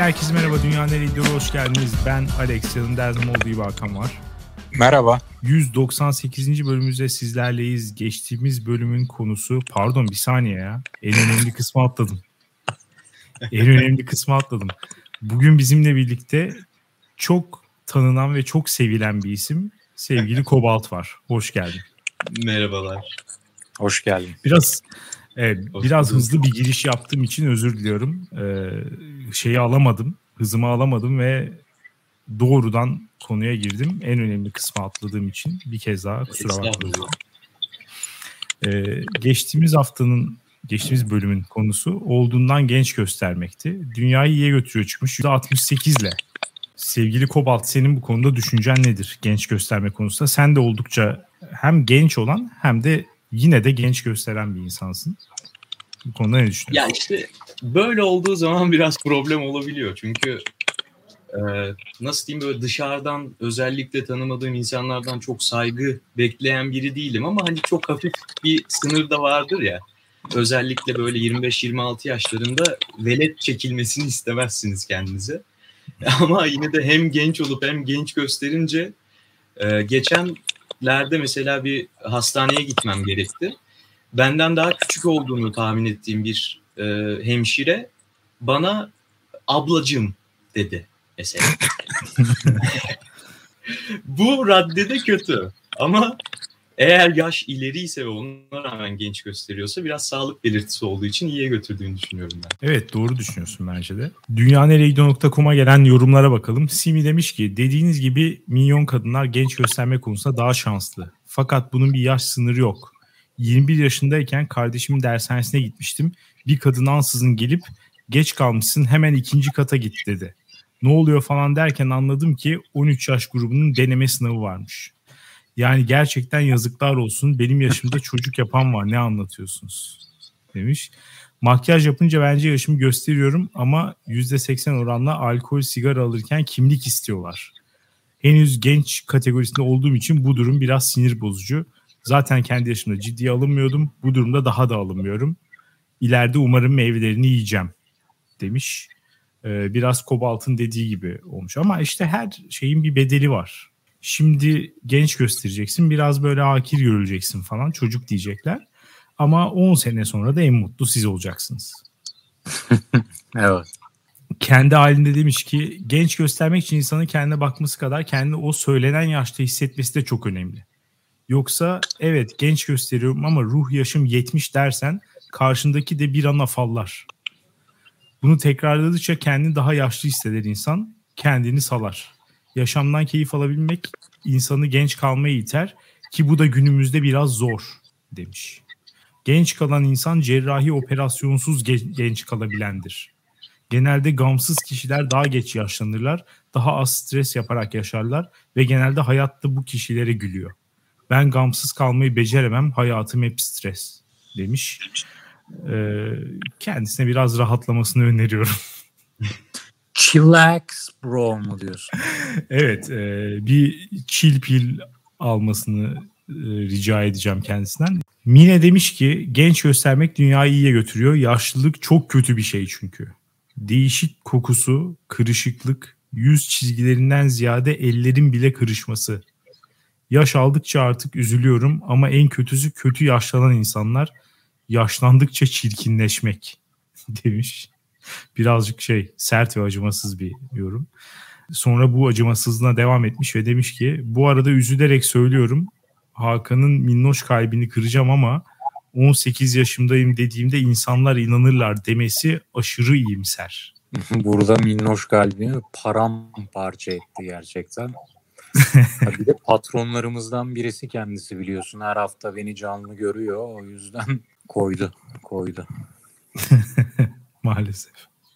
Herkese merhaba, Dünya Nereye Gidiyor'a hoş geldiniz. Ben Alex, yanımda her zaman olduğu gibi Hakan var. Merhaba. 198. bölümümüzde sizlerleyiz. Geçtiğimiz bölümün konusu, pardon bir saniye ya, en önemli kısmı atladım. Bugün bizimle birlikte çok tanınan ve çok sevilen bir isim, sevgili Kobalt var. Hoş geldin. Merhabalar. Hoş geldin. Biraz hızlı bir giriş yaptığım için özür diliyorum. Hızımı alamadım ve doğrudan konuya girdim. En önemli kısmı atladığım için bir kez daha kusura bakmayın. Geçtiğimiz bölümün konusu olduğundan genç göstermekti. Dünyayı iyiye götürüyor çıkmış %68 ile. Sevgili Kobalt, senin bu konuda düşüncen nedir genç gösterme konusunda? Sen de oldukça hem genç olan hem de yine de genç gösteren bir insansın. Bu konuda ne düşünüyorsun? Ya işte böyle olduğu zaman biraz problem olabiliyor. Çünkü nasıl diyeyim, böyle dışarıdan özellikle tanımadığım insanlardan çok saygı bekleyen biri değilim. Ama hani çok hafif bir sınır da vardır ya. Özellikle böyle 25-26 yaşlarında velet çekilmesini istemezsiniz kendinize. Ama yine de hem genç olup hem genç gösterince geçenlerde mesela bir hastaneye gitmem gerekti. Benden daha küçük olduğunu tahmin ettiğim bir hemşire bana ablacığım dedi mesela. Bu raddede kötü ama eğer yaş ileriyse ve ona rağmen genç gösteriyorsa biraz sağlık belirtisi olduğu için iyiye götürdüğünü düşünüyorum ben. Evet, doğru düşünüyorsun bence de. Dünyaneregidiyor.com'a gelen yorumlara bakalım. Simi demiş ki dediğiniz gibi minyon kadınlar genç gösterme konusunda daha şanslı. Fakat bunun bir yaş sınırı yok. 21 yaşındayken kardeşimin dershanesine gitmiştim. Bir kadın ansızın gelip geç kalmışsın hemen ikinci kata git dedi. Ne oluyor falan derken anladım ki 13 yaş grubunun deneme sınavı varmış. Yani gerçekten yazıklar olsun, benim yaşımda çocuk yapan var, ne anlatıyorsunuz demiş. Makyaj yapınca bence yaşımı gösteriyorum ama %80 oranla alkol, sigara alırken kimlik istiyorlar. Henüz genç kategorisinde olduğum için bu durum biraz sinir bozucu. Zaten kendi yaşımda ciddiye alınmıyordum. Bu durumda daha da alınmıyorum. İleride umarım meyvelerini yiyeceğim demiş. Biraz Kobalt'ın dediği gibi olmuş. Ama işte her şeyin bir bedeli var. Şimdi genç göstereceksin. Biraz böyle akil görüleceksin falan. Çocuk diyecekler. Ama 10 sene sonra da en mutlu siz olacaksınız. Evet. Kendi halinde demiş ki genç göstermek için insanın kendine bakması kadar kendini o söylenen yaşta hissetmesi de çok önemli. Yoksa evet genç gösteriyorum ama ruh yaşım 70 dersen karşındaki de bir an afallar. Bunu tekrarladıkça kendini daha yaşlı hisseder insan, kendini salar. Yaşamdan keyif alabilmek insanı genç kalmaya iter ki bu da günümüzde biraz zor demiş. Genç kalan insan cerrahi operasyonsuz genç kalabilendir. Genelde gamsız kişiler daha geç yaşlanırlar, daha az stres yaparak yaşarlar ve genelde hayatta bu kişilere gülüyor. Ben gamsız kalmayı beceremem, hayatım hep stres demiş. Kendisine biraz rahatlamasını öneriyorum. Chillax bro mu diyorsun? Evet, bir chill pill almasını rica edeceğim kendisinden. Mine demiş ki genç göstermek dünyayı iyiye götürüyor. Yaşlılık çok kötü bir şey çünkü. Değişik kokusu, kırışıklık, yüz çizgilerinden ziyade ellerin bile kırışması. Yaş aldıkça artık üzülüyorum ama en kötüsü kötü yaşlanan insanlar. Yaşlandıkça çirkinleşmek demiş. Birazcık sert ve acımasız bir yorum. Sonra bu acımasızlığına devam etmiş ve demiş ki bu arada üzülerek söylüyorum Hakan'ın minnoş kalbini kıracağım ama 18 yaşımdayım dediğimde insanlar inanırlar demesi aşırı iyimser. Burada minnoş kalbini paramparça etti gerçekten. Bir de patronlarımızdan birisi kendisi, biliyorsun. Her hafta beni canlı görüyor. O yüzden koydu. Maalesef.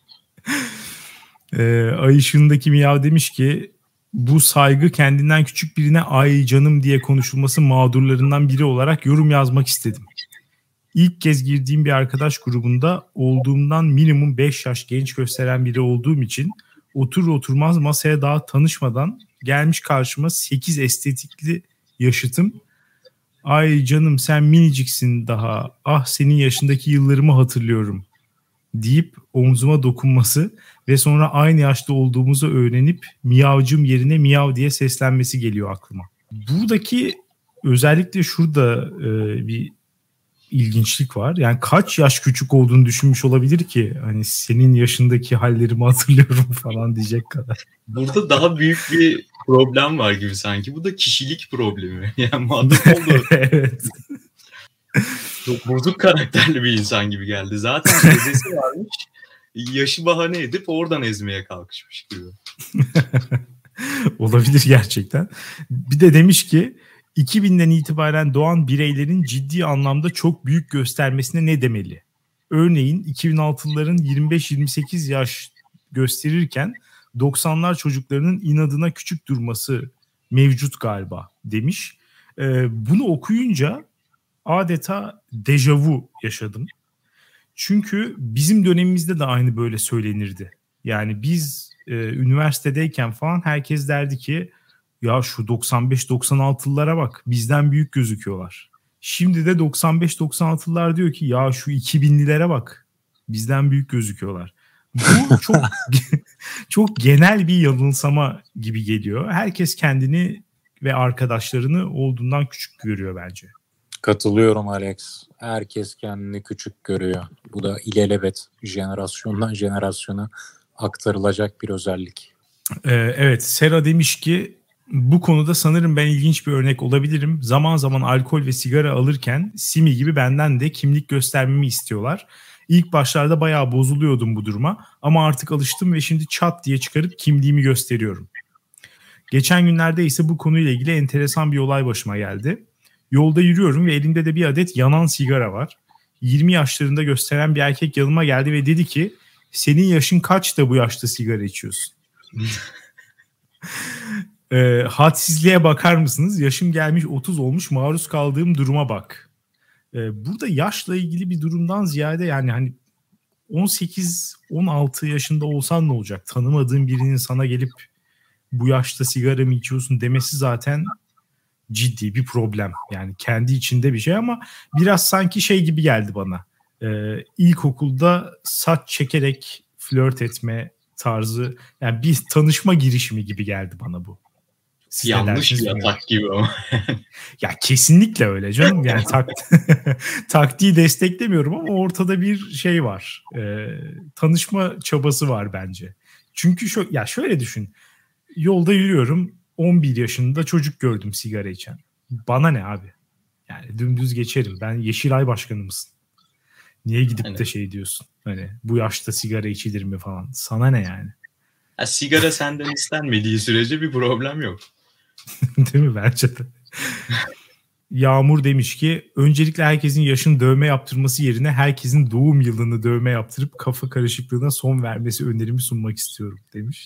Ay ışığındaki Miyav demiş ki bu saygı kendinden küçük birine ay canım diye konuşulması mağdurlarından biri olarak yorum yazmak istedim. İlk kez girdiğim bir arkadaş grubunda olduğumdan minimum 5 yaş genç gösteren biri olduğum için oturur oturmaz masaya daha tanışmadan gelmiş karşıma 8 estetikli yaşıtım. Ay canım sen miniciksin daha. Ah senin yaşındaki yıllarımı hatırlıyorum deyip omzuma dokunması ve sonra aynı yaşta olduğumuzu öğrenip miyavcım yerine miyav diye seslenmesi geliyor aklıma. Buradaki özellikle şurada bir ilginçlik var. Yani kaç yaş küçük olduğunu düşünmüş olabilir ki? Hani senin yaşındaki hallerimi hatırlıyorum falan diyecek kadar. Burada daha büyük bir problem var gibi sanki. Bu da kişilik problemi. Yani muhatap oldu. Evet. Çok bozuk karakterli bir insan gibi geldi. Zaten teyzesi varmış. Yaşı bahane edip oradan ezmeye kalkışmış gibi. Olabilir gerçekten. Bir de demiş ki 2000'den itibaren doğan bireylerin ciddi anlamda çok büyük göstermesine ne demeli? Örneğin 2006'lıların 25-28 yaş gösterirken 90'lar çocuklarının inadına küçük durması mevcut galiba demiş. Bunu okuyunca adeta dejavu yaşadım. Çünkü bizim dönemimizde de aynı böyle söylenirdi. Yani biz üniversitedeyken falan herkes derdi ki ya şu 95-96'lılara bak bizden büyük gözüküyorlar. Şimdi de 95-96'lılar diyor ki ya şu 2000'lilere bak bizden büyük gözüküyorlar. Bu çok çok genel bir yanılsama gibi geliyor. Herkes kendini ve arkadaşlarını olduğundan küçük görüyor bence. Katılıyorum Alex. Herkes kendini küçük görüyor. Bu da ilelebet jenerasyondan jenerasyona aktarılacak bir özellik. Evet, Sera demiş ki bu konuda sanırım ben ilginç bir örnek olabilirim. Zaman zaman alkol ve sigara alırken Simi gibi benden de kimlik göstermemi istiyorlar. İlk başlarda bayağı bozuluyordum bu duruma ama artık alıştım ve şimdi çat diye çıkarıp kimliğimi gösteriyorum. Geçen günlerde ise bu konuyla ilgili enteresan bir olay başıma geldi. Yolda yürüyorum ve elimde de bir adet yanan sigara var. 20 yaşlarında gösteren bir erkek yanıma geldi ve dedi ki senin yaşın kaç da bu yaşta sigara içiyorsun? Hadsizliğe bakar mısınız? Yaşım gelmiş 30 olmuş, maruz kaldığım duruma bak. Burada yaşla ilgili bir durumdan ziyade yani hani 18-16 yaşında olsan ne olacak? Tanımadığın birinin sana gelip bu yaşta sigara mı içiyorsun demesi zaten ciddi bir problem. Yani kendi içinde bir şey ama biraz sanki şey gibi geldi bana. İlkokulda saç çekerek flört etme tarzı, yani bir tanışma girişimi gibi geldi bana bu. Siz yanlış bir atak gibi ama. Ya kesinlikle öyle canım. Yani taktiği desteklemiyorum ama ortada bir şey var. Tanışma çabası var bence. Çünkü şöyle düşün. Yolda yürüyorum. 11 yaşında çocuk gördüm sigara içen. Bana ne abi? Yani dümdüz geçerim. Ben Yeşilay başkanı mısın? Niye gidip de şey diyorsun? Hani bu yaşta sigara içilir mi falan? Sana ne yani? Ya, sigara senden istenmediği sürece bir problem yok. Değil mi? Bence de. Yağmur demiş ki öncelikle herkesin yaşını dövme yaptırması yerine herkesin doğum yılını dövme yaptırıp kafa karışıklığına son vermesi önerimi sunmak istiyorum demiş.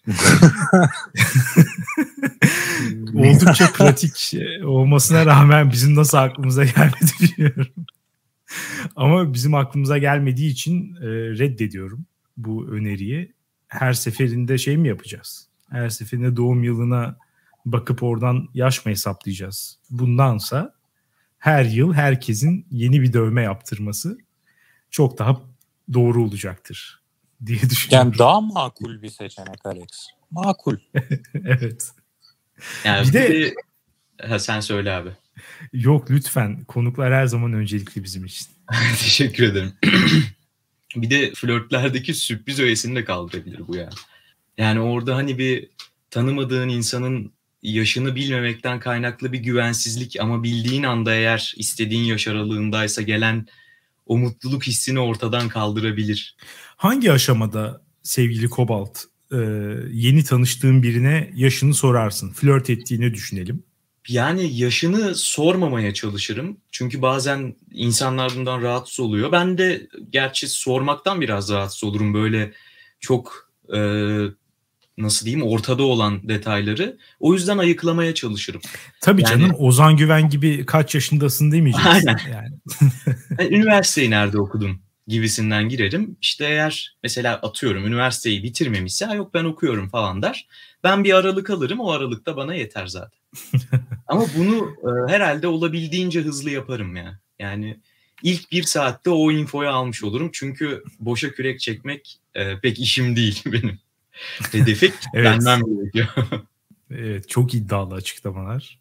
Oldukça pratik olmasına rağmen bizim nasıl aklımıza gelmedi bilmiyorum. Ama bizim aklımıza gelmediği için reddediyorum bu öneriyi. Her seferinde şey mi yapacağız? Her seferinde doğum yılına bakıp oradan yaş mı hesaplayacağız? Bundansa her yıl herkesin yeni bir dövme yaptırması çok daha doğru olacaktır diye düşünüyorum. Yani daha makul bir seçenek Alex. Makul. Evet. Yani bir de sen söyle abi. Yok lütfen. Konuklar her zaman öncelikli bizim için. Teşekkür ederim. Bir de flörtlerdeki sürpriz öğesini de kaldırabilir bu yani. Yani orada hani bir tanımadığın insanın yaşını bilmemekten kaynaklı bir güvensizlik ama bildiğin anda eğer istediğin yaş aralığındaysa gelen o mutluluk hissini ortadan kaldırabilir. Hangi aşamada sevgili Kobalt yeni tanıştığın birine yaşını sorarsın? Flört ettiğini düşünelim. Yani yaşını sormamaya çalışırım. Çünkü bazen insanlar bundan rahatsız oluyor. Ben de gerçi sormaktan biraz rahatsız olurum. Böyle çok nasıl diyeyim ortada olan detayları. O yüzden ayıklamaya çalışırım. Tabii yani, canım Ozan Güven gibi kaç yaşındasın demeyeceksin. Aynen. Yani. Üniversiteyi nerede okudun gibisinden girerim. İşte eğer mesela atıyorum üniversiteyi bitirmemişse yok ben okuyorum falan der. Ben bir aralık alırım, o aralıkta bana yeter zaten. Ama bunu herhalde olabildiğince hızlı yaparım ya. Yani ilk 1 saatte o infoyu almış olurum. Çünkü boşa kürek çekmek pek işim değil benim. Hedefe kilitlenmem gerekiyor. Evet, çok iddialı açıklamalar.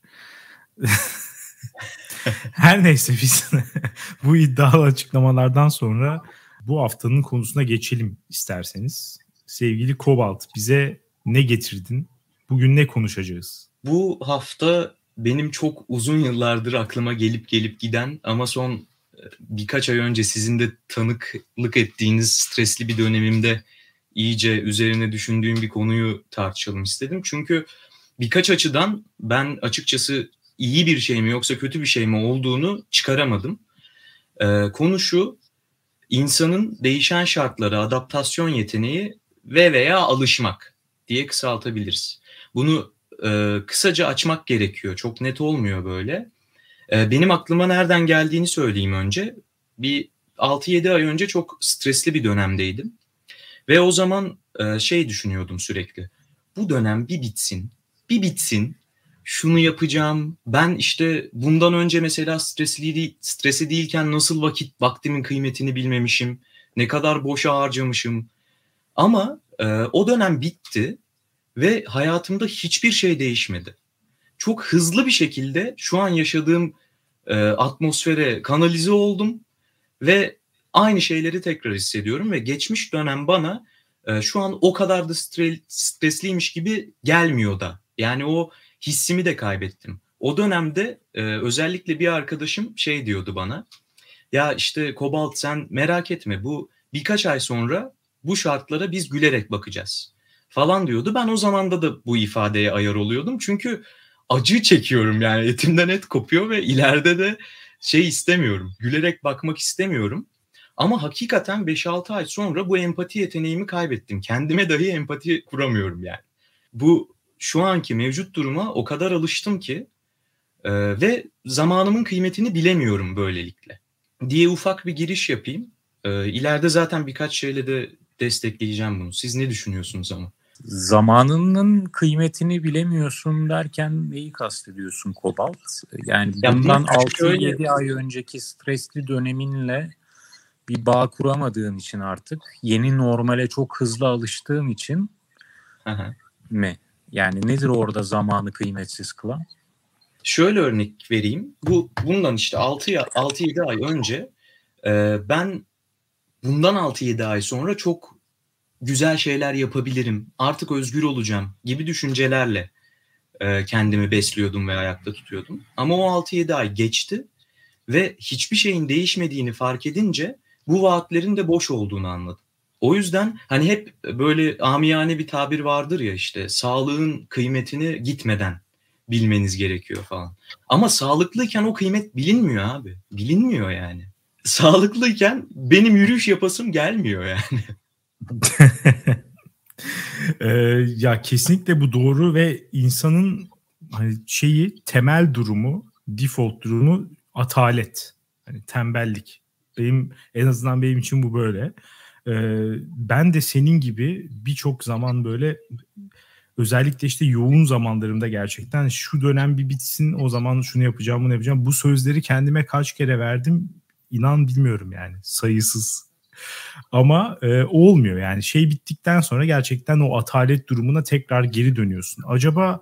Her neyse biz bu iddialı açıklamalardan sonra bu haftanın konusuna geçelim isterseniz. Sevgili Kobalt, bize ne getirdin? Bugün ne konuşacağız? Bu hafta benim çok uzun yıllardır aklıma gelip giden ama son birkaç ay önce sizin de tanıklık ettiğiniz stresli bir dönemimde iyice üzerine düşündüğüm bir konuyu tartışalım istedim. Çünkü birkaç açıdan ben açıkçası iyi bir şey mi yoksa kötü bir şey mi olduğunu çıkaramadım. Konu şu, insanın değişen şartlara adaptasyon yeteneği veya alışmak diye kısaltabiliriz. Bunu kısaca açmak gerekiyor. Çok net olmuyor böyle. Benim aklıma nereden geldiğini söyleyeyim önce. Bir 6-7 ay önce çok stresli bir dönemdeydim. Ve o zaman düşünüyordum sürekli. Bu dönem bir bitsin. Şunu yapacağım. Ben işte bundan önce mesela stresli değilken nasıl vaktimin kıymetini bilmemişim. Ne kadar boşa harcamışım. Ama o dönem bitti ve hayatımda hiçbir şey değişmedi. Çok hızlı bir şekilde şu an yaşadığım atmosfere kanalize oldum ve aynı şeyleri tekrar hissediyorum ve geçmiş dönem bana şu an o kadar da stresliymiş gibi gelmiyor da. Yani o hissimi de kaybettim. O dönemde özellikle bir arkadaşım diyordu bana. Ya işte Kobalt, sen merak etme, bu birkaç ay sonra bu şartlara biz gülerek bakacağız falan diyordu. Ben o zamanda da bu ifadeye ayar oluyordum. Çünkü acı çekiyorum, yani etimden et kopuyor ve ileride de istemiyorum. Gülerek bakmak istemiyorum. Ama hakikaten 5-6 ay sonra bu empati yeteneğimi kaybettim. Kendime dahi empati kuramıyorum yani. Bu şu anki mevcut duruma o kadar alıştım ki ve zamanımın kıymetini bilemiyorum böylelikle diye ufak bir giriş yapayım. İleride zaten birkaç şeyle de destekleyeceğim bunu. Siz ne düşünüyorsunuz ama? Zamanının kıymetini bilemiyorsun derken neyi kastediyorsun Kobalt? Yani bundan 6-7 ay önceki stresli döneminle bir bağ kuramadığın için artık yeni normale çok hızlı alıştığın için mi? Yani nedir orada zamanı kıymetsiz kılan? Şöyle örnek vereyim. Bundan işte 6-7 ay önce ben bundan 6-7 ay sonra çok güzel şeyler yapabilirim, artık özgür olacağım gibi düşüncelerle kendimi besliyordum ve ayakta tutuyordum. Ama o 6-7 ay geçti ve hiçbir şeyin değişmediğini fark edince bu vaatlerin de boş olduğunu anladım. O yüzden hani hep böyle amiyane bir tabir vardır ya, işte sağlığın kıymetini gitmeden bilmeniz gerekiyor falan. Ama sağlıklıyken o kıymet bilinmiyor abi. Bilinmiyor yani. Sağlıklıyken benim yürüyüş yapasım gelmiyor yani. Ya kesinlikle bu doğru ve insanın hani temel durumu, default durumu atalet. Hani tembellik. En azından benim için bu böyle. Ben de senin gibi birçok zaman böyle, özellikle işte yoğun zamanlarımda gerçekten şu dönem bir bitsin, o zaman şunu yapacağım, bunu yapacağım. Bu sözleri kendime kaç kere verdim, inan bilmiyorum yani, sayısız. Ama olmuyor yani, bittikten sonra gerçekten o atalet durumuna tekrar geri dönüyorsun. Acaba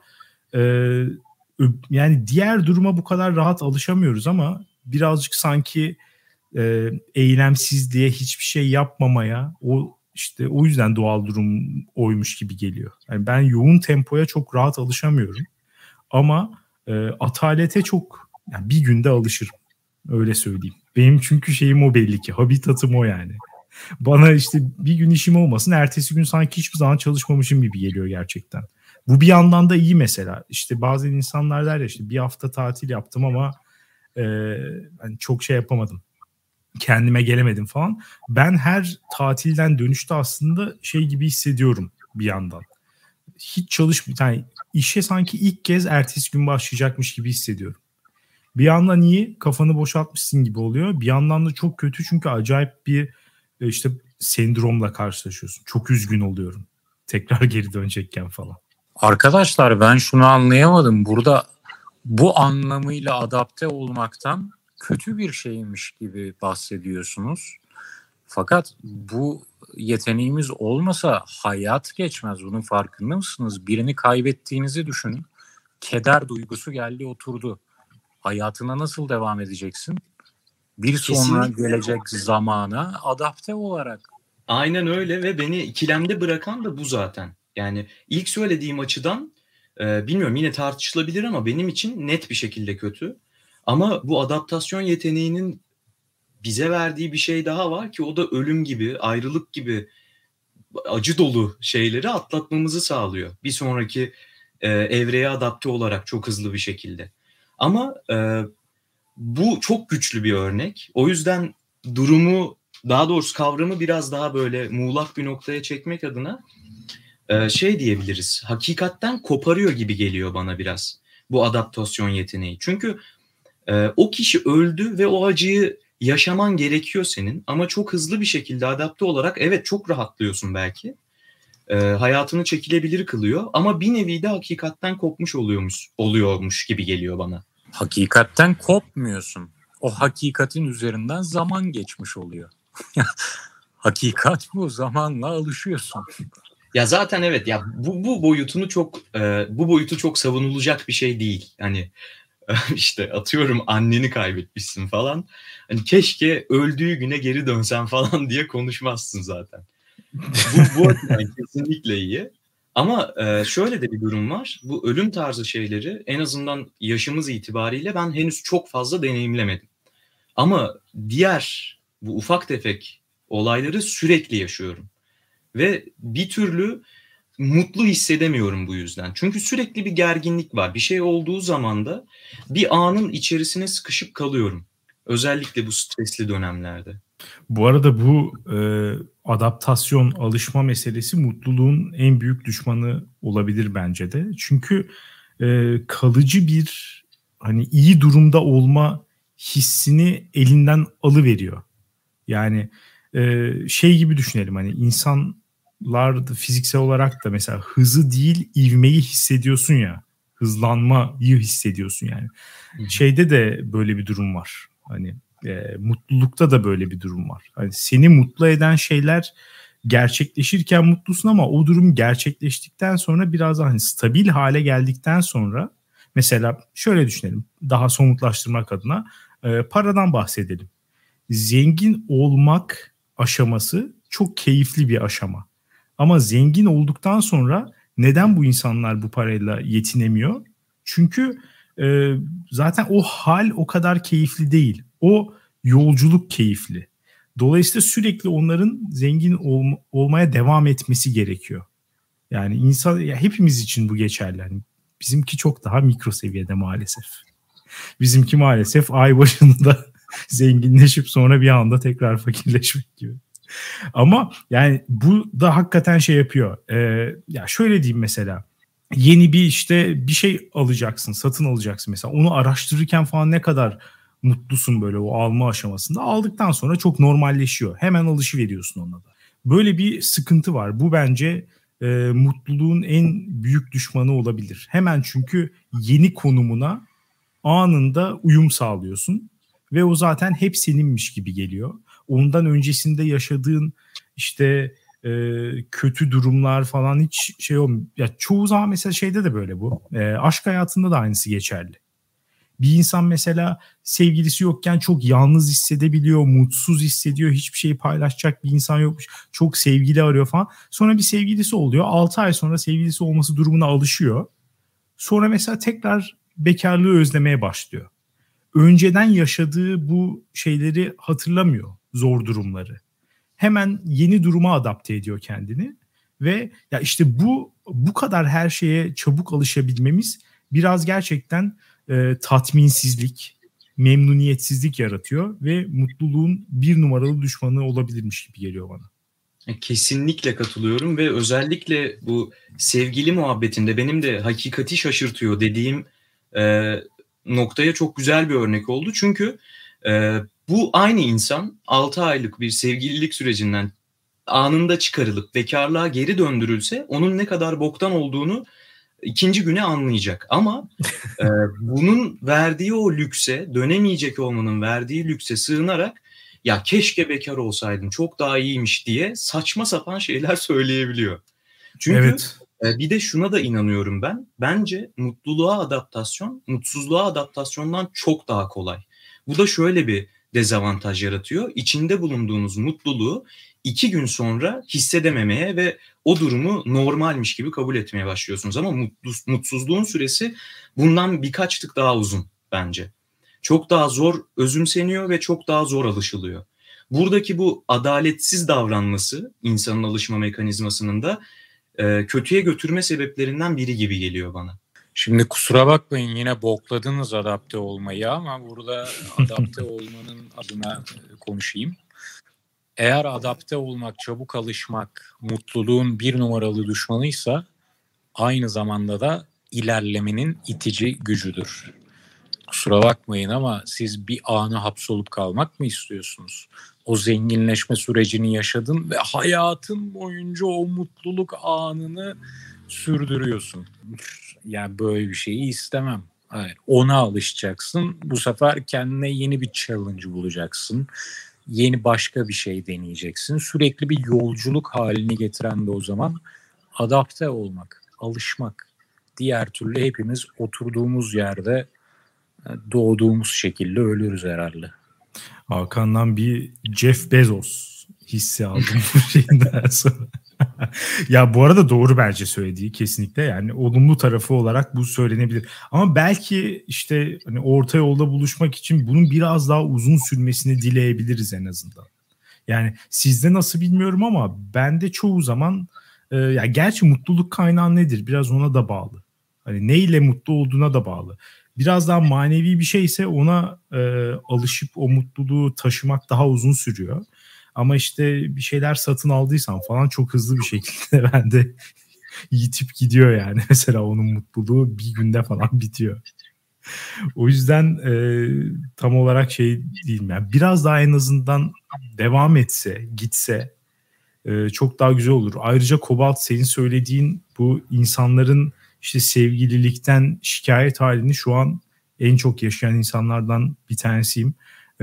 yani diğer duruma bu kadar rahat alışamıyoruz ama birazcık sanki eylemsizliğe, hiçbir şey yapmamaya, o yüzden doğal durum oymuş gibi geliyor. Yani ben yoğun tempoya çok rahat alışamıyorum ama atalete çok, yani bir günde alışırım, öyle söyleyeyim. Benim çünkü o belli ki, habitatım o yani. Bana işte bir gün işim olmasın, ertesi gün sanki hiçbir zaman çalışmamışım gibi geliyor gerçekten. Bu bir yandan da iyi mesela. İşte bazen insanlar der ya, işte bir hafta tatil yaptım ama ben çok yapamadım, kendime gelemedim falan. Ben her tatilden dönüşte aslında gibi hissediyorum bir yandan. Hiç yani işe sanki ilk kez ertesi gün başlayacakmış gibi hissediyorum. Bir yandan iyi, kafanı boşaltmışsın gibi oluyor. Bir yandan da çok kötü, çünkü acayip bir sendromla karşılaşıyorsun. Çok üzgün oluyorum tekrar geri dönecekken falan. Arkadaşlar, ben şunu anlayamadım. Burada bu anlamıyla adapte olmaktan kötü bir şeymiş gibi bahsediyorsunuz. Fakat bu yeteneğimiz olmasa hayat geçmez. Bunun farkında mısınız? Birini kaybettiğinizi düşünün. Keder duygusu geldi oturdu. Hayatına nasıl devam edeceksin? Bir sonra gelecek zamana adapte olarak. Aynen öyle ve beni ikilemde bırakan da bu zaten. Yani ilk söylediğim açıdan bilmiyorum, yine tartışılabilir ama benim için net bir şekilde kötü. Ama bu adaptasyon yeteneğinin bize verdiği bir şey daha var ki o da ölüm gibi, ayrılık gibi acı dolu şeyleri atlatmamızı sağlıyor. Bir sonraki evreye adapte olarak çok hızlı bir şekilde. Ama bu çok güçlü bir örnek. O yüzden durumu, daha doğrusu kavramı biraz daha böyle muğlak bir noktaya çekmek adına şey diyebiliriz. Hakikatten koparıyor gibi geliyor bana biraz bu adaptasyon yeteneği. Çünkü o kişi öldü ve o acıyı yaşaman gerekiyor senin. Ama çok hızlı bir şekilde adapte olarak evet çok rahatlıyorsun belki. Hayatını çekilebilir kılıyor. Ama bir nevi de hakikatten kopmuş oluyormuş gibi geliyor bana. Hakikatten kopmuyorsun. O hakikatin üzerinden zaman geçmiş oluyor. Hakikat bu. Zamanla alışıyorsun. Ya zaten evet ya bu boyutu çok savunulacak bir şey değil. Hani işte atıyorum anneni kaybetmişsin falan. Hani keşke öldüğü güne geri dönsen falan diye konuşmazsın zaten. Bu açıdan kesinlikle iyi. Ama şöyle de bir durum var. Bu ölüm tarzı şeyleri en azından yaşımız itibariyle ben henüz çok fazla deneyimlemedim. Ama diğer bu ufak tefek olayları sürekli yaşıyorum. Ve bir türlü mutlu hissedemiyorum bu yüzden. Çünkü sürekli bir gerginlik var. Bir şey olduğu zaman da bir anın içerisine sıkışıp kalıyorum. Özellikle bu stresli dönemlerde. Bu arada bu adaptasyon, alışma meselesi mutluluğun en büyük düşmanı olabilir bence de. Çünkü kalıcı bir hani iyi durumda olma hissini elinden alıveriyor. Yani şey gibi düşünelim, hani insanlar fiziksel olarak da mesela hızı değil ivmeyi hissediyorsun ya. Hızlanmayı hissediyorsun yani. Şeyde de böyle bir durum var. Hani mutlulukta da böyle bir durum var. Hani seni mutlu eden şeyler gerçekleşirken mutlusun ama o durum gerçekleştikten sonra biraz daha hani stabil hale geldikten sonra, mesela şöyle düşünelim daha somutlaştırmak adına, paradan bahsedelim. Zengin olmak aşaması çok keyifli bir aşama. Ama zengin olduktan sonra neden bu insanlar bu parayla yetinemiyor? Çünkü zaten o hal o kadar keyifli değil. O yolculuk keyifli. Dolayısıyla sürekli onların zengin olmaya devam etmesi gerekiyor. Yani insan, ya hepimiz için bu geçerli. Yani bizimki çok daha mikro seviyede maalesef. Bizimki maalesef ay başında zenginleşip sonra bir anda tekrar fakirleşmek gibi. Ama yani bu da hakikaten şey yapıyor. Ya şöyle diyeyim, mesela yeni bir işte bir şey alacaksın, satın alacaksın mesela. Onu araştırırken falan ne kadar mutlusun böyle o alma aşamasında. Aldıktan sonra çok normalleşiyor. Hemen alışı-veriyorsun ona da. Böyle bir sıkıntı var. Bu bence mutluluğun en büyük düşmanı olabilir. Hemen, çünkü yeni konumuna anında uyum sağlıyorsun ve o zaten hep seninmiş gibi geliyor. Ondan öncesinde yaşadığın işte kötü durumlar falan hiç şey olmuyor. Ya çoğu zaman mesela şeyde de böyle bu. Aşk hayatında da aynısı geçerli. Bir insan mesela sevgilisi yokken çok yalnız hissedebiliyor, mutsuz hissediyor, hiçbir şeyi paylaşacak bir insan yokmuş. Çok sevgili arıyor falan. Sonra bir sevgilisi oluyor. 6 ay sonra sevgilisi olması durumuna alışıyor. Sonra mesela tekrar bekarlığı özlemeye başlıyor. Önceden yaşadığı bu şeyleri hatırlamıyor, zor durumları. Hemen yeni duruma adapte ediyor kendini ve ya işte bu kadar her şeye çabuk alışabilmemiz biraz gerçekten tatminsizlik, memnuniyetsizlik yaratıyor ve mutluluğun bir numaralı düşmanı olabilirmiş gibi geliyor bana. Kesinlikle katılıyorum ve özellikle bu sevgili muhabbetinde benim de hakikati şaşırtıyor dediğim noktaya çok güzel bir örnek oldu. Çünkü bu aynı insan 6 aylık bir sevgililik sürecinden anında çıkarılıp bekarlığa geri döndürülse onun ne kadar boktan olduğunu ikinci güne anlayacak. Ama bunun verdiği o lükse, dönemeyecek olmanın verdiği lükse sığınarak ya keşke bekar olsaydım çok daha iyiymiş diye saçma sapan şeyler söyleyebiliyor. Çünkü bir de şuna da inanıyorum ben. Bence mutluluğa adaptasyon, mutsuzluğa adaptasyondan çok daha kolay. Bu da şöyle bir dezavantaj yaratıyor. İçinde bulunduğunuz mutluluğu 2 gün sonra hissedememeye ve o durumu normalmiş gibi kabul etmeye başlıyorsunuz. Ama mutsuzluğun süresi bundan birkaç tık daha uzun bence. Çok daha zor özümseniyor ve çok daha zor alışılıyor. Buradaki bu adaletsiz davranması insanın alışma mekanizmasının da kötüye götürme sebeplerinden biri gibi geliyor bana. Şimdi kusura bakmayın yine bokladınız adapte olmayı ama burada adapte olmanın adına konuşayım. Eğer adapte olmak, çabuk alışmak mutluluğun bir numaralı düşmanıysa aynı zamanda da ilerlemenin itici gücüdür. Kusura bakmayın ama siz bir ana hapsolup kalmak mı istiyorsunuz? O zenginleşme sürecini yaşadın ve hayatın boyunca o mutluluk anını sürdürüyorsun. Yani böyle bir şeyi istemem. Hayır, ona alışacaksın. Bu sefer kendine yeni bir challenge bulacaksın. Yeni başka bir şey deneyeceksin. Sürekli bir yolculuk halini getiren de o zaman adapte olmak, alışmak. Diğer türlü hepimiz oturduğumuz yerde doğduğumuz şekilde ölürüz herhalde. Hakan'dan bir Jeff Bezos hissi aldım bu şeyinden sonra. Ya bu arada doğru bence söylediği kesinlikle, yani olumlu tarafı olarak bu söylenebilir. Ama belki işte hani orta yolda buluşmak için bunun biraz daha uzun sürmesini dileyebiliriz en azından. Yani sizde nasıl bilmiyorum ama bende çoğu zaman ya gerçi mutluluk kaynağı nedir? Biraz ona da bağlı. Hani neyle mutlu olduğuna da bağlı. Biraz daha manevi bir şeyse ona alışıp o mutluluğu taşımak daha uzun sürüyor. Ama işte bir şeyler satın aldıysan falan çok hızlı bir şekilde bende yitip gidiyor yani. Mesela onun mutluluğu bir günde falan bitiyor. O yüzden tam olarak şey değilim. Yani biraz daha en azından devam etse, gitse çok daha güzel olur. Ayrıca Kobalt, senin söylediğin bu insanların işte sevgililikten şikayet halini şu an en çok yaşayan insanlardan bir tanesiyim.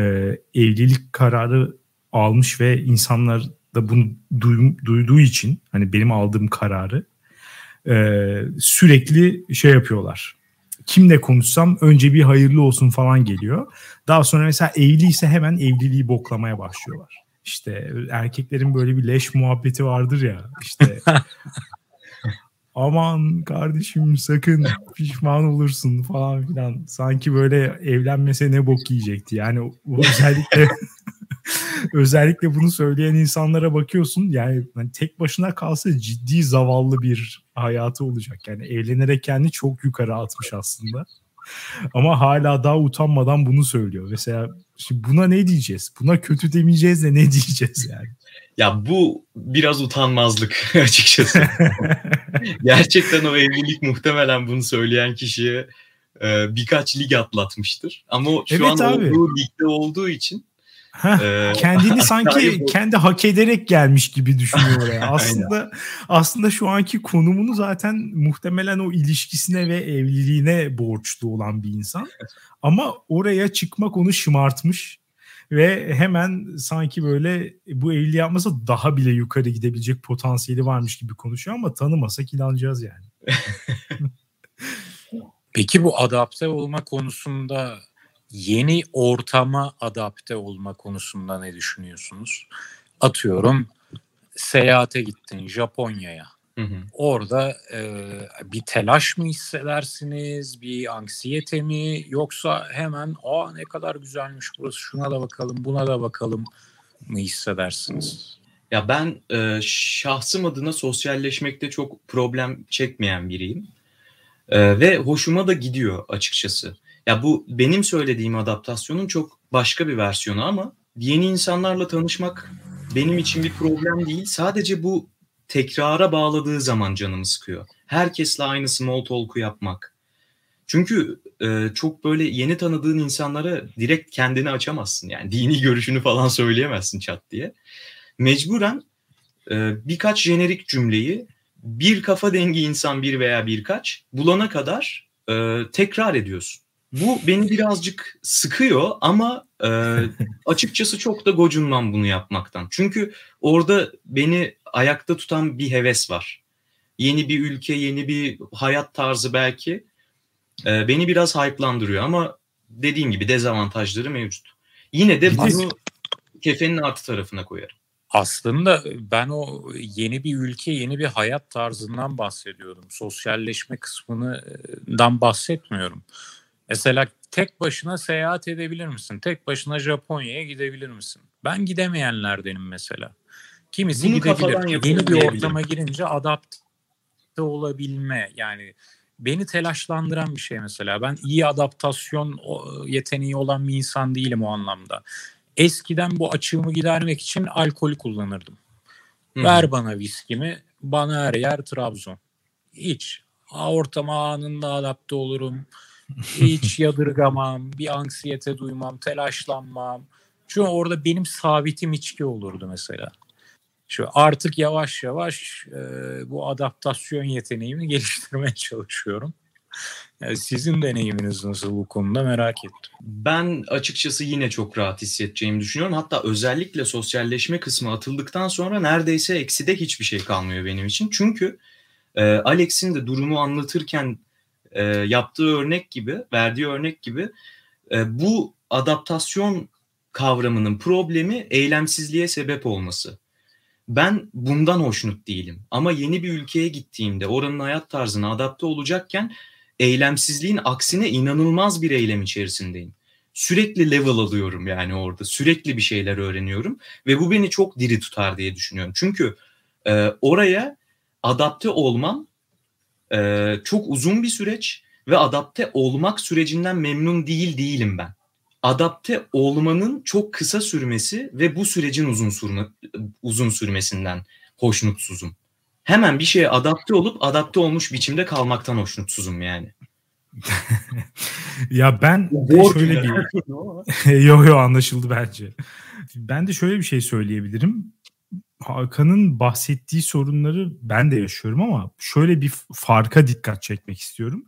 Evlilik kararı almış ve insanlar da bunu duyduğu için, hani benim aldığım kararı sürekli şey yapıyorlar. Kimle konuşsam önce bir hayırlı olsun falan geliyor. Daha sonra mesela evliyse hemen evliliği boklamaya başlıyorlar. İşte erkeklerin böyle bir leş muhabbeti vardır ya, işte aman kardeşim sakın pişman olursun falan filan. Sanki böyle evlenmese ne bok yiyecekti. Yani özellikle özellikle bunu söyleyen insanlara bakıyorsun. Yani tek başına kalsa ciddi zavallı bir hayatı olacak. Yani evlenerek kendini çok yukarı atmış aslında. Ama hala daha utanmadan bunu söylüyor. Mesela şimdi buna ne diyeceğiz? Buna kötü demeyeceğiz de ne diyeceğiz yani? Ya bu biraz utanmazlık açıkçası. Gerçekten o evlilik muhtemelen bunu söyleyen kişiye birkaç lig atlatmıştır. Ama şu evet an abi, olduğu ligde olduğu için kendini sanki kendi hak ederek gelmiş gibi düşünüyor oraya. Aslında şu anki konumunu zaten muhtemelen o ilişkisine ve evliliğine borçlu olan bir insan. Ama oraya çıkmak onu şımartmış ve hemen sanki böyle bu evliliği yapmasa daha bile yukarı gidebilecek potansiyeli varmış gibi konuşuyor ama tanımasak inanacağız yani. Peki bu adapte olma konusunda, yeni ortama adapte olma konusunda ne düşünüyorsunuz? Atıyorum seyahate gittin Japonya'ya. Orada bir telaş mı hissedersiniz, bir anksiyete mi, yoksa hemen ne kadar güzelmiş burası, şuna da bakalım, buna da bakalım mı hissedersiniz? Ya ben şahsım adına sosyalleşmekte çok problem çekmeyen biriyim ve hoşuma da gidiyor açıkçası. Ya bu benim söylediğim adaptasyonun çok başka bir versiyonu ama yeni insanlarla tanışmak benim için bir problem değil. Sadece bu tekrara bağladığı zaman canımı sıkıyor. Herkesle aynı small talk'u yapmak. Çünkü çok böyle yeni tanıdığın insanlara direkt kendini açamazsın. Yani dini görüşünü falan söyleyemezsin çat diye. Mecburen birkaç jenerik cümleyi bir kafa dengi insan, bir veya birkaç bulana kadar tekrar ediyorsun. Bu beni birazcık sıkıyor ama açıkçası çok da gocunmam bunu yapmaktan. Çünkü orada beni ayakta tutan bir heves var. Yeni bir ülke, yeni bir hayat tarzı belki beni biraz hype'landırıyor ama dediğim gibi dezavantajları mevcut. Yine de bunu kefenin artı tarafına koyarım. Aslında ben o yeni bir ülke, yeni bir hayat tarzından bahsediyordum. Sosyalleşme kısmından bahsetmiyorum. Mesela tek başına seyahat edebilir misin? Tek başına Japonya'ya gidebilir misin? Ben gidemeyenlerdenim mesela. Kimisi Bunu gidebilir. Yeni bir ortama girince adapte olabilme, yani beni telaşlandıran bir şey mesela. Ben iyi adaptasyon yeteneği olan bir insan değilim o anlamda. Eskiden bu açığımı gidermek için alkol kullanırdım. Ver bana viskimi, bana her yer Trabzon. Hiç. Ortama anında adapte olurum. Hiç yadırgamam, bir anksiyete duymam, telaşlanmam. Çünkü orada benim sabitim içki olurdu mesela. Şu artık yavaş yavaş bu adaptasyon yeteneğimi geliştirmeye çalışıyorum. Yani sizin deneyiminiz nasıl bu konuda, merak ettim. Ben açıkçası yine çok rahat hissedeceğimi düşünüyorum. Hatta özellikle sosyalleşme kısmı atıldıktan sonra neredeyse ekside hiçbir şey kalmıyor benim için. Çünkü Alex'in de durumu anlatırken yaptığı örnek gibi, verdiği örnek gibi bu adaptasyon kavramının problemi eylemsizliğe sebep olması. Ben bundan hoşnut değilim. Ama yeni bir ülkeye gittiğimde oranın hayat tarzına adapte olacakken eylemsizliğin aksine inanılmaz bir eylem içerisindeyim. Sürekli level alıyorum yani orada. Sürekli bir şeyler öğreniyorum ve bu beni çok diri tutar diye düşünüyorum. Çünkü oraya adapte olmam çok uzun bir süreç ve adapte olmak sürecinden memnun değilim ben. Adapte olmanın çok kısa sürmesi ve bu sürecin uzun sürmesinden hoşnutsuzum. Hemen bir şeye adapte olup adapte olmuş biçimde kalmaktan hoşnutsuzum yani. Ya ben de şöyle bir yo anlaşıldı bence. Ben de şöyle bir şey söyleyebilirim. Hakan'ın bahsettiği sorunları ben de yaşıyorum ama şöyle bir farka dikkat çekmek istiyorum.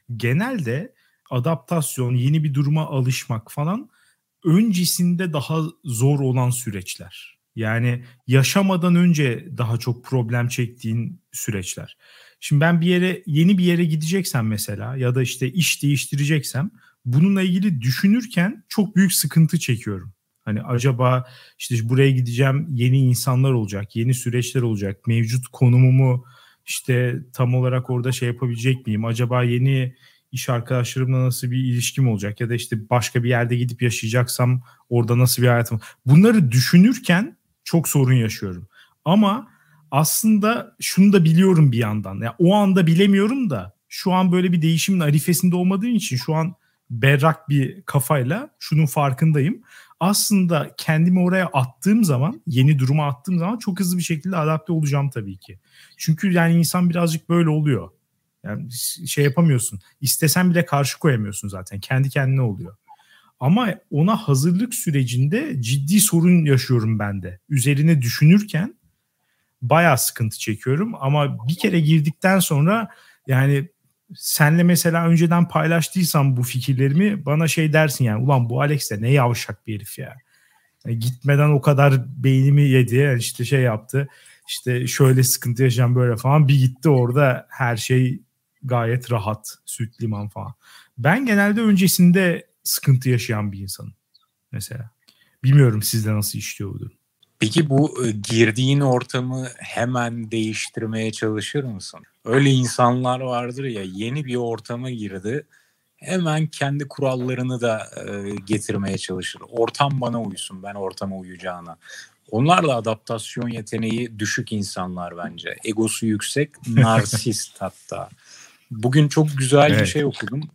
Genelde adaptasyon, yeni bir duruma alışmak falan öncesinde daha zor olan süreçler. Yani yaşamadan önce daha çok problem çektiğin süreçler. Şimdi ben yeni bir yere gideceksem mesela ya da işte iş değiştireceksem bununla ilgili düşünürken çok büyük sıkıntı çekiyorum. Hani acaba işte buraya gideceğim, yeni insanlar olacak, yeni süreçler olacak, mevcut konumumu işte tam olarak orada şey yapabilecek miyim? Acaba yeni iş arkadaşlarımla nasıl bir ilişkim olacak ya da işte başka bir yerde gidip yaşayacaksam orada nasıl bir hayatım. Bunları düşünürken çok sorun yaşıyorum. Ama aslında şunu da biliyorum bir yandan. Yani o anda bilemiyorum da şu an böyle bir değişimin arifesinde olmadığım için şu an berrak bir kafayla şunun farkındayım. Aslında kendimi oraya attığım zaman, yeni duruma attığım zaman çok hızlı bir şekilde adapte olacağım tabii ki. Çünkü yani insan birazcık böyle oluyor. Yani şey yapamıyorsun. İstesen bile karşı koyamıyorsun zaten. Kendi kendine oluyor. Ama ona hazırlık sürecinde ciddi sorun yaşıyorum ben de. Üzerine düşünürken bayağı sıkıntı çekiyorum. Ama bir kere girdikten sonra yani senle mesela önceden paylaştıysam bu fikirlerimi bana şey dersin yani ulan bu Alex de ne yavşak bir herif ya. Yani gitmeden o kadar beynimi yedi yani işte şey yaptı. İşte şöyle sıkıntı yaşayan böyle falan bir gitti orada her şey gayet rahat, süt liman falan. Ben genelde öncesinde sıkıntı yaşayan bir insanım mesela. Bilmiyorum sizde nasıl işliyor bu durum. Peki bu girdiğin ortamı hemen değiştirmeye çalışır mısın? Öyle insanlar vardır ya, yeni bir ortama girdi, hemen kendi kurallarını da getirmeye çalışır. Ortam bana uysun, ben ortama uyacağına. Onlar da adaptasyon yeteneği düşük insanlar bence. Egosu yüksek, narsist hatta. Bugün çok güzel bir şey okudum.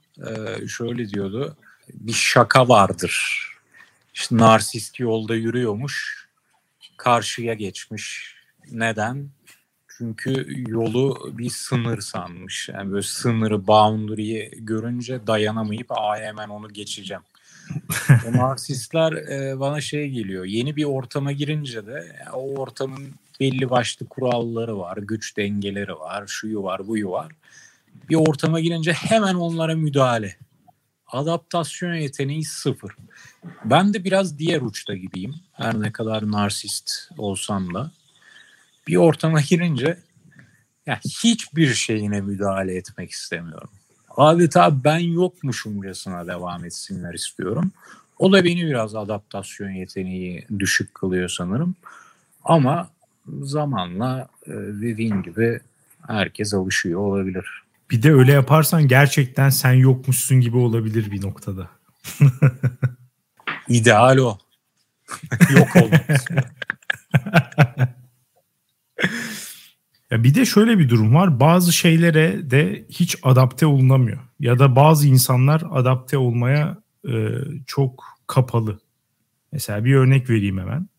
Şöyle diyordu. Bir şaka vardır. İşte narsist yolda yürüyormuş. Karşıya geçmiş. Neden? Çünkü yolu bir sınır sanmış. Yani böyle sınırı, boundary'yi görünce dayanamayıp hemen onu geçeceğim. O narsistler bana şey geliyor. Yeni bir ortama girince de o ortamın belli başlı kuralları var, güç dengeleri var, şuyu var, buyu var. Bir ortama girince hemen onlara müdahale. Adaptasyon yeteneği sıfır. Ben de biraz diğer uçta gibiyim. Her ne kadar narsist olsam da. Bir ortama girince ya hiçbir şeyine müdahale etmek istemiyorum. Adeta ben yokmuşumcasına devam etsinler istiyorum. O da beni biraz adaptasyon yeteneği düşük kılıyor sanırım. Ama zamanla dediğin gibi herkes alışıyor olabilir. Bir de öyle yaparsan gerçekten sen yokmuşsun gibi olabilir bir noktada. İdeal o. Yok olmak. Ya bir de şöyle bir durum var. Bazı şeylere de hiç adapte olunamıyor. Ya da bazı insanlar adapte olmaya çok kapalı. Mesela bir örnek vereyim hemen.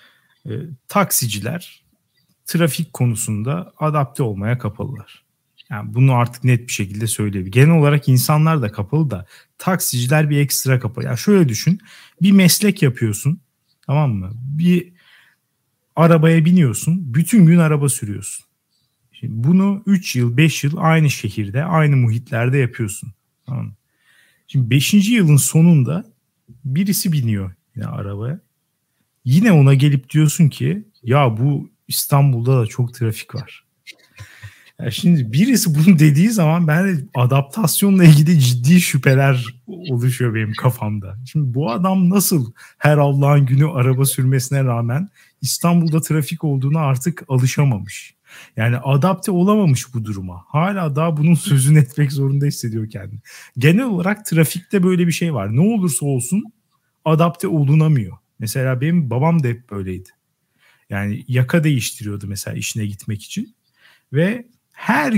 Taksiciler trafik konusunda adapte olmaya kapalılar. Yani bunu artık net bir şekilde söyleyebilirim. Genel olarak insanlar da kapalı da taksiciler bir ekstra kapalı. Yani şöyle düşün. Bir meslek yapıyorsun. Tamam mı? Bir arabaya biniyorsun. Bütün gün araba sürüyorsun. Şimdi bunu 3 yıl, 5 yıl aynı şehirde, aynı muhitlerde yapıyorsun. Tamam mı? Şimdi 5. yılın sonunda birisi biniyor yine arabaya. Yine ona gelip diyorsun ki ya bu İstanbul'da da çok trafik var. Yani şimdi birisi bunu dediği zaman ben de adaptasyonla ilgili ciddi şüpheler oluşuyor benim kafamda. Şimdi bu adam nasıl her Allah'ın günü araba sürmesine rağmen İstanbul'da trafik olduğuna artık alışamamış. Yani adapte olamamış bu duruma. Hala daha bunun sözünü etmek zorunda hissediyor kendini. Genel olarak trafikte böyle bir şey var. Ne olursa olsun adapte olunamıyor. Mesela benim babam da hep böyleydi. Yani yaka değiştiriyordu mesela işine gitmek için. Ve her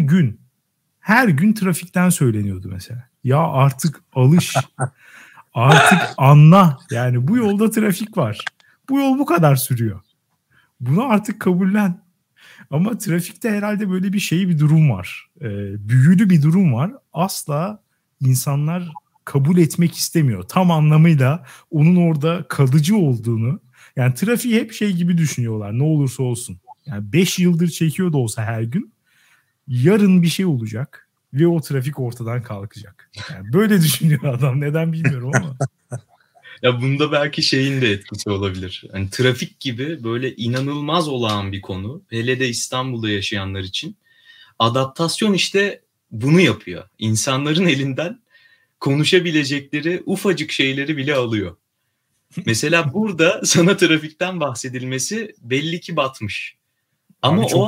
gün trafikten söyleniyordu mesela. Ya artık alış, artık anla. Yani bu yolda trafik var. Bu yol bu kadar sürüyor. Bunu artık kabullen. Ama trafikte herhalde böyle bir durum var. Büyülü bir durum var. Asla insanlar kabul etmek istemiyor. Tam anlamıyla onun orada kalıcı olduğunu. Yani trafiği hep şey gibi düşünüyorlar. Ne olursa olsun. Yani 5 yıldır çekiyor da olsa her gün. Yarın bir şey olacak ve o trafik ortadan kalkacak. Yani böyle düşünüyor adam. Neden bilmiyorum ama. Ya bunda belki şeyin de etkisi olabilir. Yani trafik gibi böyle inanılmaz olağan bir konu. Hele de İstanbul'da yaşayanlar için. Adaptasyon işte bunu yapıyor. İnsanların elinden konuşabilecekleri ufacık şeyleri bile alıyor. Mesela burada sana trafikten bahsedilmesi belli ki batmış. Ama çok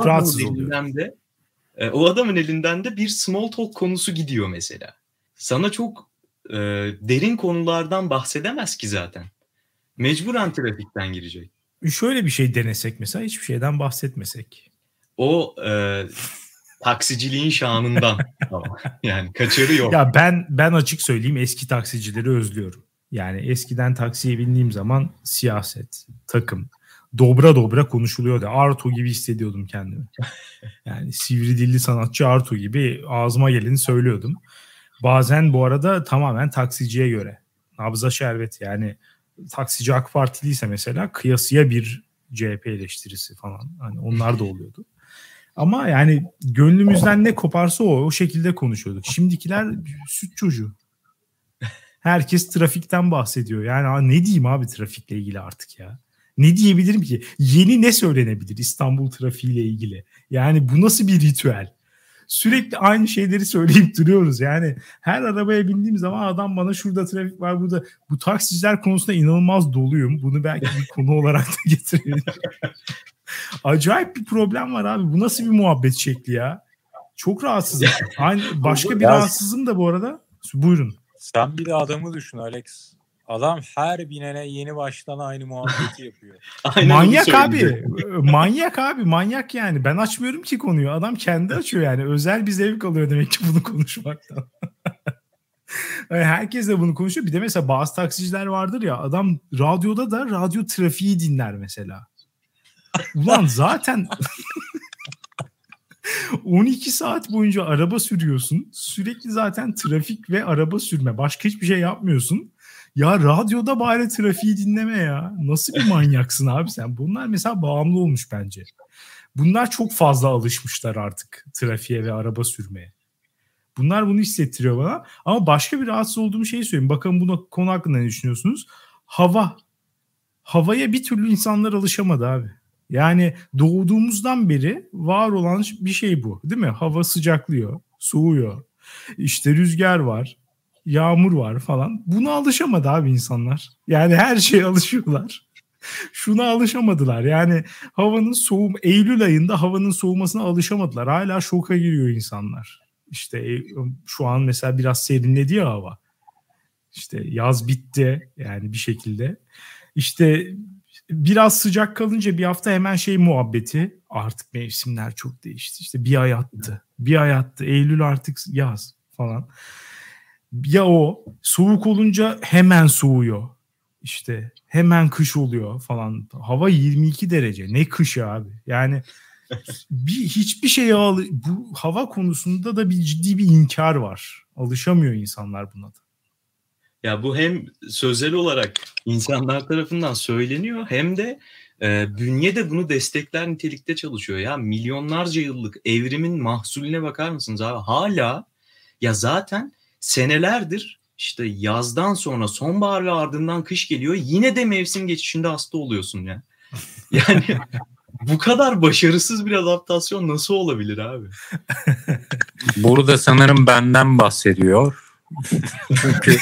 o adamın elinden de bir small talk konusu gidiyor mesela. Sana çok derin konulardan bahsedemez ki zaten. Mecburen trafikten girecek. Şöyle bir şey denesek mesela, hiçbir şeyden bahsetmesek. O taksiciliğin şanından. Yani kaçarı yok. Ya ben açık söyleyeyim, eski taksicileri özlüyorum. Yani eskiden taksiye bindiğim zaman siyaset, takım, dobra dobra konuşuluyordu. Arto gibi hissediyordum kendimi. Yani sivri dilli sanatçı Arto gibi ağzıma geleni söylüyordum. Bazen bu arada tamamen taksiciye göre. Nabza şerbet, yani taksici AK Partiliyse mesela kıyasıya bir CHP eleştirisi falan. Hani onlar da oluyordu. Ama yani gönlümüzden ne koparsa o şekilde konuşuyorduk. Şimdikiler süt çocuğu. Herkes trafikten bahsediyor. Yani ne diyeyim abi trafikle ilgili artık ya? Ne diyebilirim ki? Yeni ne söylenebilir İstanbul trafiğiyle ilgili? Yani bu nasıl bir ritüel? Sürekli aynı şeyleri söyleyip duruyoruz. Yani her arabaya bindiğim zaman adam bana şurada trafik var, burada. Bu taksiciler konusunda inanılmaz doluyum. Bunu belki bir konu olarak da getirebilirim. Acayip bir problem var abi. Bu nasıl bir muhabbet şekli ya? Çok rahatsızım. Başka bir rahatsızım da bu arada. Buyurun. Sen bir de adamı düşün Alex. Adam her binene yeni baştan aynı muhabbeti yapıyor. Manyak abi. Manyak yani. Ben açmıyorum ki konuyu. Adam kendi açıyor yani. Özel bir zevk alıyor demek ki bunu konuşmaktan. Herkes de bunu konuşuyor. Bir de mesela bazı taksiciler vardır ya, adam radyoda da radyo trafiği dinler mesela. Ulan zaten 12 saat boyunca araba sürüyorsun. Sürekli zaten trafik ve araba sürme. Başka hiçbir şey yapmıyorsun. Ya radyoda bari trafiği dinleme ya. Nasıl bir manyaksın abi sen? Bunlar mesela bağımlı olmuş bence. Bunlar çok fazla alışmışlar artık trafiğe ve araba sürmeye. Bunlar bunu hissettiriyor bana. Ama başka bir rahatsız olduğum şeyi söyleyeyim. Bakalım bu konu hakkında ne düşünüyorsunuz? Hava. Havaya bir türlü insanlar alışamadı abi. Yani doğduğumuzdan beri var olan bir şey bu. Değil mi? Hava sıcaklıyor, soğuyor. İşte rüzgar var, yağmur var falan. Buna alışamadı abi insanlar. Yani her şeye alışıyorlar. Şuna alışamadılar. Yani Eylül ayında havanın soğumasına alışamadılar. Hala şoka giriyor insanlar. İşte şu an mesela biraz serinledi ya hava. İşte yaz bitti yani bir şekilde. İşte biraz sıcak kalınca bir hafta hemen muhabbeti. Artık mevsimler çok değişti. İşte bir ay attı. Bir ay attı. Eylül artık yaz falan. Ya o soğuk olunca hemen soğuyor. İşte hemen kış oluyor falan. Hava 22 derece. Ne kışı abi? Yani hiçbir şeye bu hava konusunda da bir ciddi bir inkar var. Alışamıyor insanlar buna da. Ya bu hem sözel olarak insanlar tarafından söyleniyor hem de bünye de bunu destekler nitelikte çalışıyor. Ya milyonlarca yıllık evrimin mahsulüne bakar mısınız abi? Hala ya zaten senelerdir işte yazdan sonra sonbahar ve ardından kış geliyor. Yine de mevsim geçişinde hasta oluyorsun ya. Yani bu kadar başarısız bir adaptasyon nasıl olabilir abi? Burada sanırım benden bahsediyor. Çünkü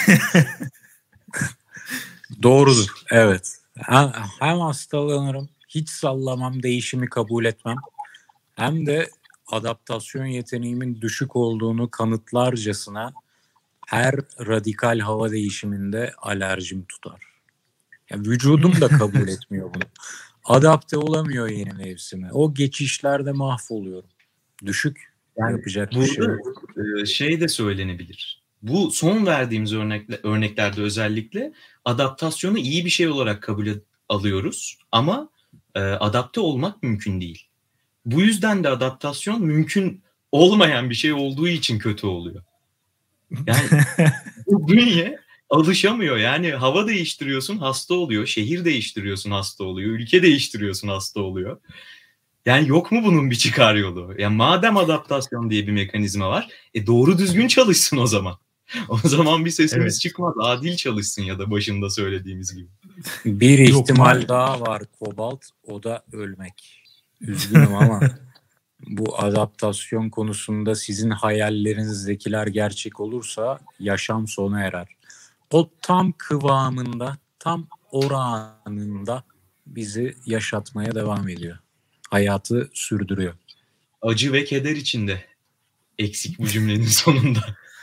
doğrudur. Evet. Hem hastalanırım, hiç sallamam, değişimi kabul etmem. Hem de adaptasyon yeteneğimin düşük olduğunu kanıtlarcasına her radikal hava değişiminde alerjim tutar. Yani vücudum da kabul etmiyor bunu. Adapte olamıyor yeni mevsime. O geçişlerde mahvoluyorum. Düşük yani yapacak bir şey yok. Şey de söylenebilir. Bu son verdiğimiz örneklerde özellikle adaptasyonu iyi bir şey olarak kabul alıyoruz ama adapte olmak mümkün değil. Bu yüzden de adaptasyon mümkün olmayan bir şey olduğu için kötü oluyor. Yani bu bünye alışamıyor. Yani hava değiştiriyorsun hasta oluyor, şehir değiştiriyorsun hasta oluyor, ülke değiştiriyorsun hasta oluyor. Yani yok mu bunun bir çıkar yolu? Yani madem adaptasyon diye bir mekanizma var, doğru düzgün çalışsın o zaman. O zaman bir sesimiz çıkmaz. Adil çalışsın ya da başında söylediğimiz gibi. Bir ihtimal daha var Kobalt. O da ölmek. Üzgünüm ama bu adaptasyon konusunda sizin hayallerinizdekiler gerçek olursa yaşam sona erer. O tam kıvamında, tam oranında bizi yaşatmaya devam ediyor. Hayatı sürdürüyor. Acı ve keder içinde. Eksik bu cümlenin sonunda.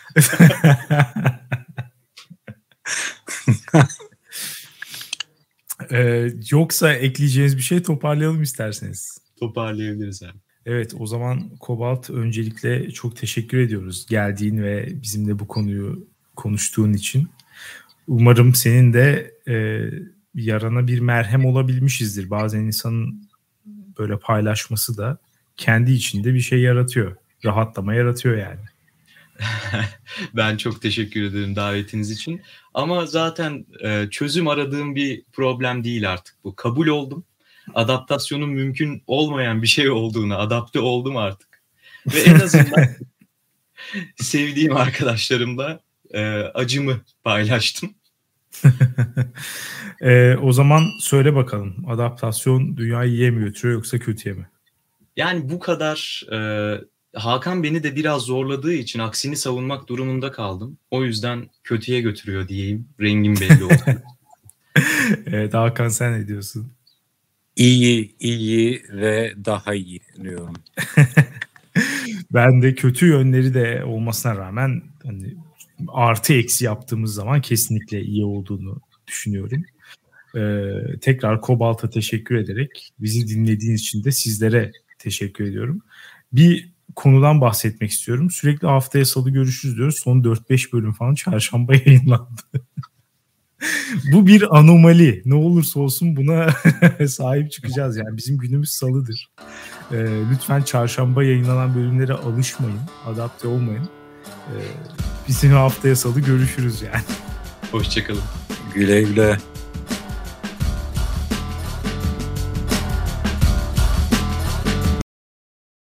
Yoksa ekleyeceğiniz bir şey toparlayalım isterseniz. Toparlayabiliriz abi. Evet, o zaman Kobalt öncelikle çok teşekkür ediyoruz geldiğin ve bizimle bu konuyu konuştuğun için. Umarım senin de yarana bir merhem olabilmişizdir. Bazen insanın böyle paylaşması da kendi içinde bir şey yaratıyor. Rahatlama yaratıyor yani. Ben çok teşekkür ederim davetiniz için. Ama zaten çözüm aradığım bir problem değil artık bu. Kabul oldum. Adaptasyonun mümkün olmayan bir şey olduğunu adapte oldum artık. Ve en azından sevdiğim arkadaşlarımla acımı paylaştım. O zaman söyle bakalım, adaptasyon dünyayı iyiye mi götürüyor yoksa kötüye mi? Yani bu kadar Hakan beni de biraz zorladığı için aksini savunmak durumunda kaldım. O yüzden kötüye götürüyor diyeyim. Rengim belli oldu. Evet Hakan, sen ne diyorsun? İyi ve daha iyi diyorum. Ben de kötü yönleri de olmasına rağmen hani artı eksi yaptığımız zaman kesinlikle iyi olduğunu düşünüyorum. Tekrar Kobalt'a teşekkür ederek bizi dinlediğiniz için de sizlere teşekkür ediyorum. Bir konudan bahsetmek istiyorum. Sürekli haftaya salı görüşürüz diyoruz. Son 4-5 bölüm falan çarşamba yayınlandı. Bu bir anomali. Ne olursa olsun buna sahip çıkacağız. Yani bizim günümüz salıdır. Lütfen çarşamba yayınlanan bölümlere alışmayın. Adapte olmayın. Bizim haftaya salı görüşürüz yani. Hoşçakalın. Güle güle.